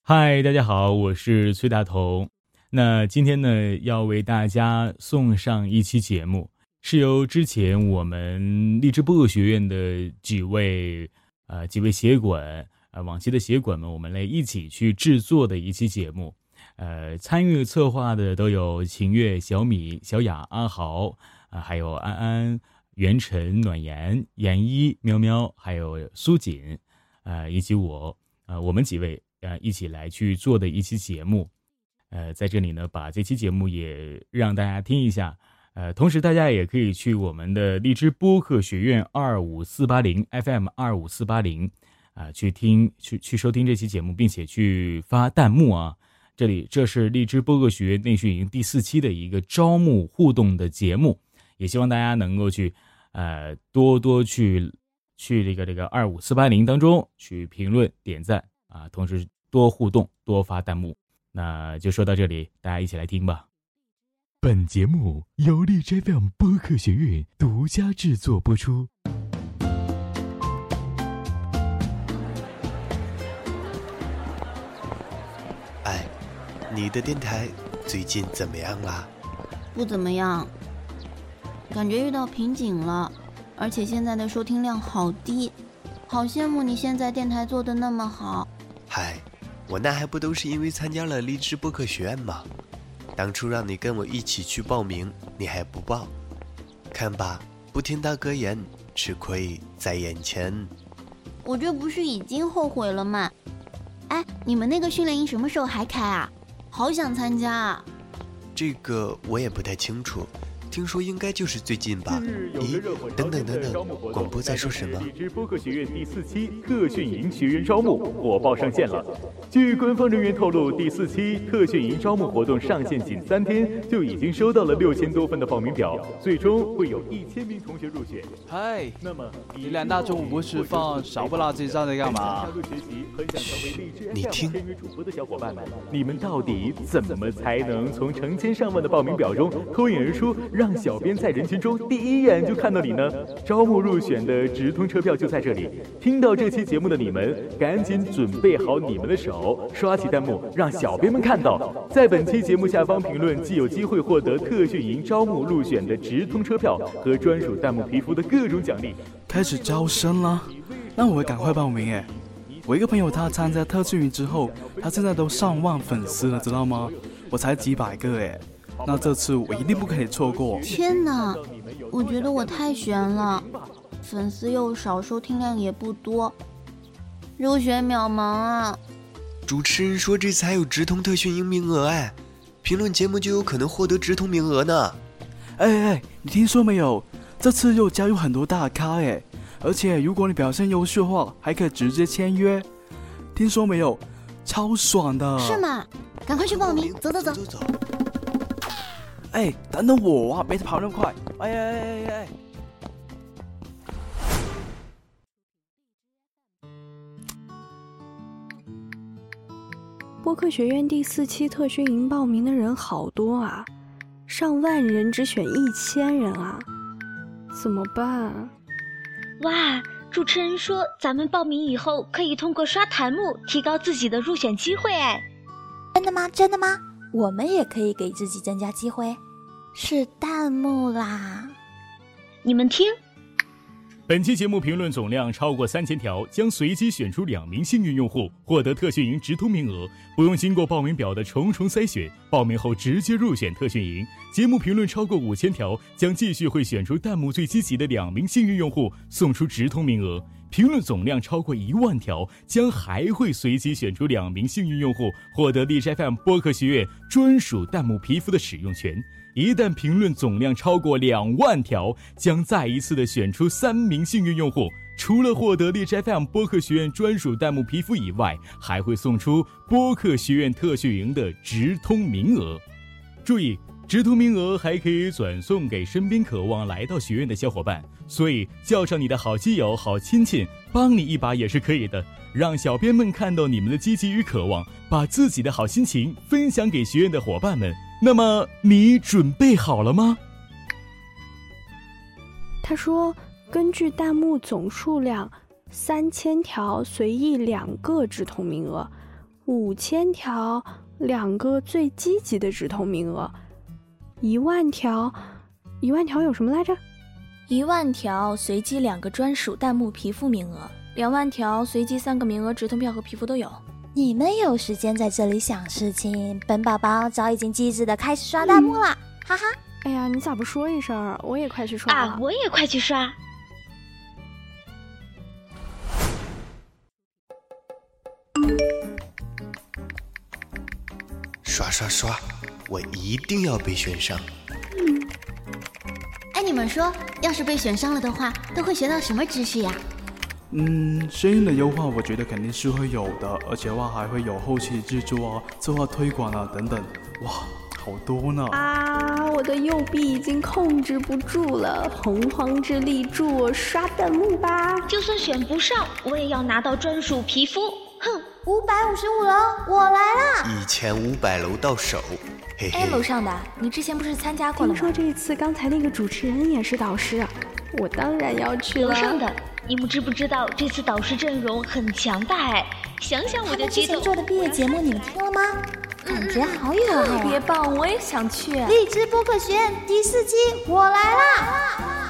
嗨，大家好，我是崔大同。那今天呢，要为大家送上一期节目，是由之前我们励志播客学院的几位协管往期的协管们，我们来一起去制作的一期节目。参与策划的都有秦月、小米、小雅、阿豪还有安安、袁晨、暖言、严一、喵喵，还有苏锦以及我们几位一起来去做的一期节目。在这里呢，把这期节目也让大家听一下。同时大家也可以去我们的荔枝播客学院25480 FM 25480去收听这期节目，并且去发弹幕啊。这是荔枝播客学院内训营第4期的一个招募互动的节目，也希望大家能够去多多去这个25480当中去评论点赞啊，同时多互动多发弹幕。那就说到这里，大家一起来听吧。本节目由荔枝 FM 播客学院独家制作播出。 哎，你的电台最近怎么样啦？ 不怎么样，感觉遇到瓶颈了，而且现在的收听量好低，好羡慕你现在电台做得那么好。 嗨，我那还不都是因为参加了荔枝播客学院吗？当初让你跟我一起去报名，你还不报，看吧，不听到格言，吃亏在眼前。 我这不是已经后悔了吗？哎，你们那个训练营什么时候还开啊？好想参加啊！ 这个我也不太清楚，听说应该就是最近吧。咦，等等，广播在说什么？ 荔枝播客学院第4期特训营学员招募火爆上线了。据官方人员透露，第4期特训营招募活动上线仅3天，就已经收到了6000多份的报名表，最终会有1000名同学入选。 嗨， 那么你俩大中午不吃饭，少不拉几站在干嘛？ 你听， 主播的小伙伴们，你们到底怎么才能从成千上万的报名表中脱颖而出，让小编在人群中第一眼就看到你呢？招募入选的直通车票就在这里。听到这期节目的你们，赶紧准备好你们的手，刷起弹幕，让小编们看到。在本期节目下方评论，既有机会获得特训营招募入选的直通车票和专属弹幕皮肤的各种奖励。 开始招生了，那我会赶快报名耶。我一个朋友他参加特训营之后，他现在都上万粉丝了，知道吗？我才几百个耶。那这次我一定不可以错过。 天哪，我觉得我太悬了，粉丝又少，收听量也不多，入选渺茫啊！ 主持人说这次还有直通特训营名额哎，评论节目就有可能获得直通名额呢。 哎，你听说没有？这次又加入很多大咖哎，而且如果你表现优秀的话，还可以直接签约。听说没有？超爽的。 是吗？赶快去报名，走。 哎，等等我啊，别跑那么快！哎！ 播客学院第4期特训营报名的人好多啊，上万人只选1000人啊，怎么办？ 哇，主持人说咱们报名以后可以通过刷弹幕提高自己的入选机会哎。 真的吗？我们也可以给自己增加机会，是弹幕啦。 你们听， 本期节目评论总量超过3000条，将随机选出2名幸运用户，获得特训营直通名额，不用经过报名表的重重筛选，报名后直接入选特训营。节目评论超过5000条，将继续会选出弹幕最积极的2名幸运用户，送出直通名额。评论总量超过1万条，将还会随机选出2名幸运用户，获得荔枝 FM 播客学院专属弹幕皮肤的使用权。一旦评论总量超过2万条，将再一次的选出3名幸运用户，除了获得荔枝 FM 播客学院专属弹幕皮肤以外，还会送出播客学院特训营的直通名额。注意，直通名额还可以转送给身边渴望来到学院的小伙伴，所以叫上你的好基友好亲戚帮你一把也是可以的，让小编们看到你们的积极与渴望，把自己的好心情分享给学院的伙伴们。那么你准备好了吗？ 他说根据弹幕总数量3000条随意2个直通名额， 5000条，2个最积极的直通名额，10000条，10000条有什么来着 ？10000条随机2个专属弹幕皮肤名额，20000条随机3个名额直通票和皮肤都有。 你们有时间在这里想事情，本宝宝早已经机智的开始刷弹幕了，哈哈。 哎呀，你咋不说一声？我也快去刷了。 啊，我也快去刷。 刷刷刷，我一定要被选上。 哎，你们说，要是被选上了的话，都会学到什么知识呀？ 声音的优化我觉得肯定是会有的，而且还会有后期制作啊、策划推广啊等等，哇，好多呢！ 啊，我的右臂已经控制不住了，洪荒之力助我刷弹幕吧！ 就算选不上，我也要拿到专属皮肤！哼 ，555楼，我来啦 ！1500楼到手，嘿嘿。 哎，楼上的，你之前不是参加过了吗？ 听说这次刚才那个主持人也是导师，我当然要去了。 楼上的，你们知不知道这次导师阵容很强大哎？想想我就激动。 他们之前做的毕业节目你们听了吗？感觉好有爱啊！ 特别棒，我也想去。 荔枝播客学院第4期，我来啦！